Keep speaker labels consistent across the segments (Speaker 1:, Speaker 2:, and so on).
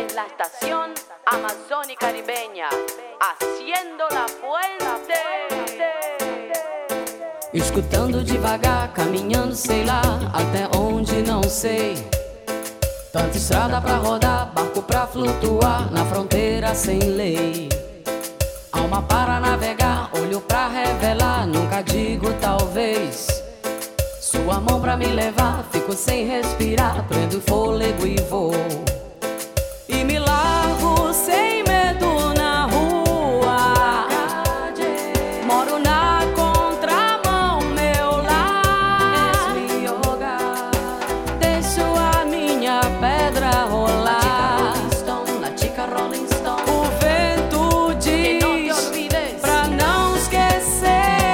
Speaker 1: la estación amazónica caribeña, haciéndola fuerte.
Speaker 2: Escutando devagar, caminhando sei lá, até onde não sei. Tanta estrada pra rodar, barco pra flutuar, na fronteira sem lei. Alma para navegar, olho pra revelar, nunca digo talvez. Sua mão pra me levar, fico sem respirar, prendo fôlego e vou. E me largo sem medo na rua. Moro na contramão, meu lar. Deixo a minha pedra rolar.
Speaker 1: La chica Rolling Stone.
Speaker 2: O vento diz pra não esquecer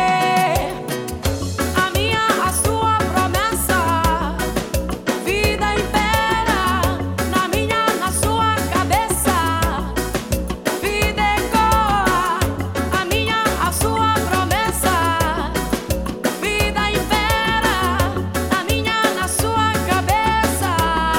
Speaker 2: a minha, a sua promessa. Vida inteira na minha, na sua cabeça. Vida ecoa a minha, a sua promessa. Vida inteira na minha, na sua cabeça.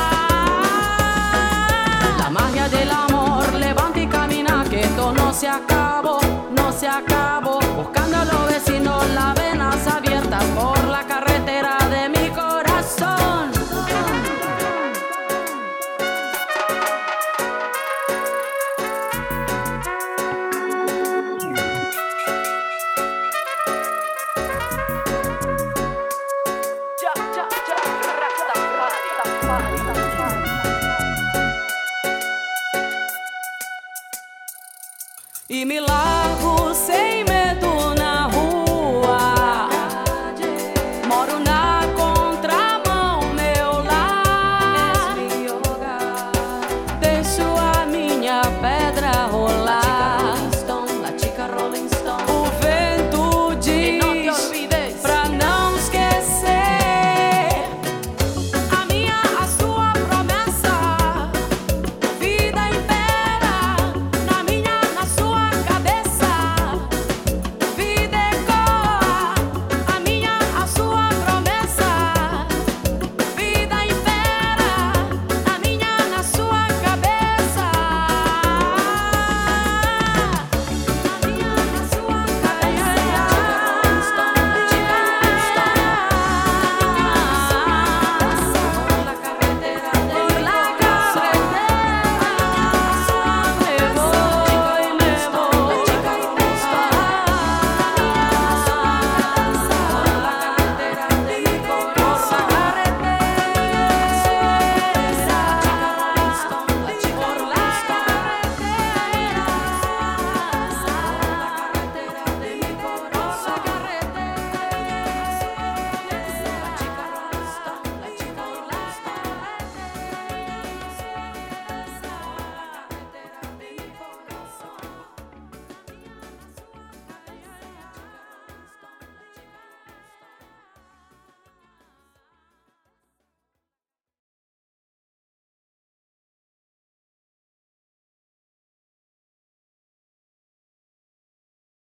Speaker 2: La magia del amor, levanta y camina, que esto no se acabó, no se acabó. Buscando a los vecinos, las venas abiertas por la carretera de mi corazón.
Speaker 1: Ya, Rastafari.
Speaker 2: E me largo sem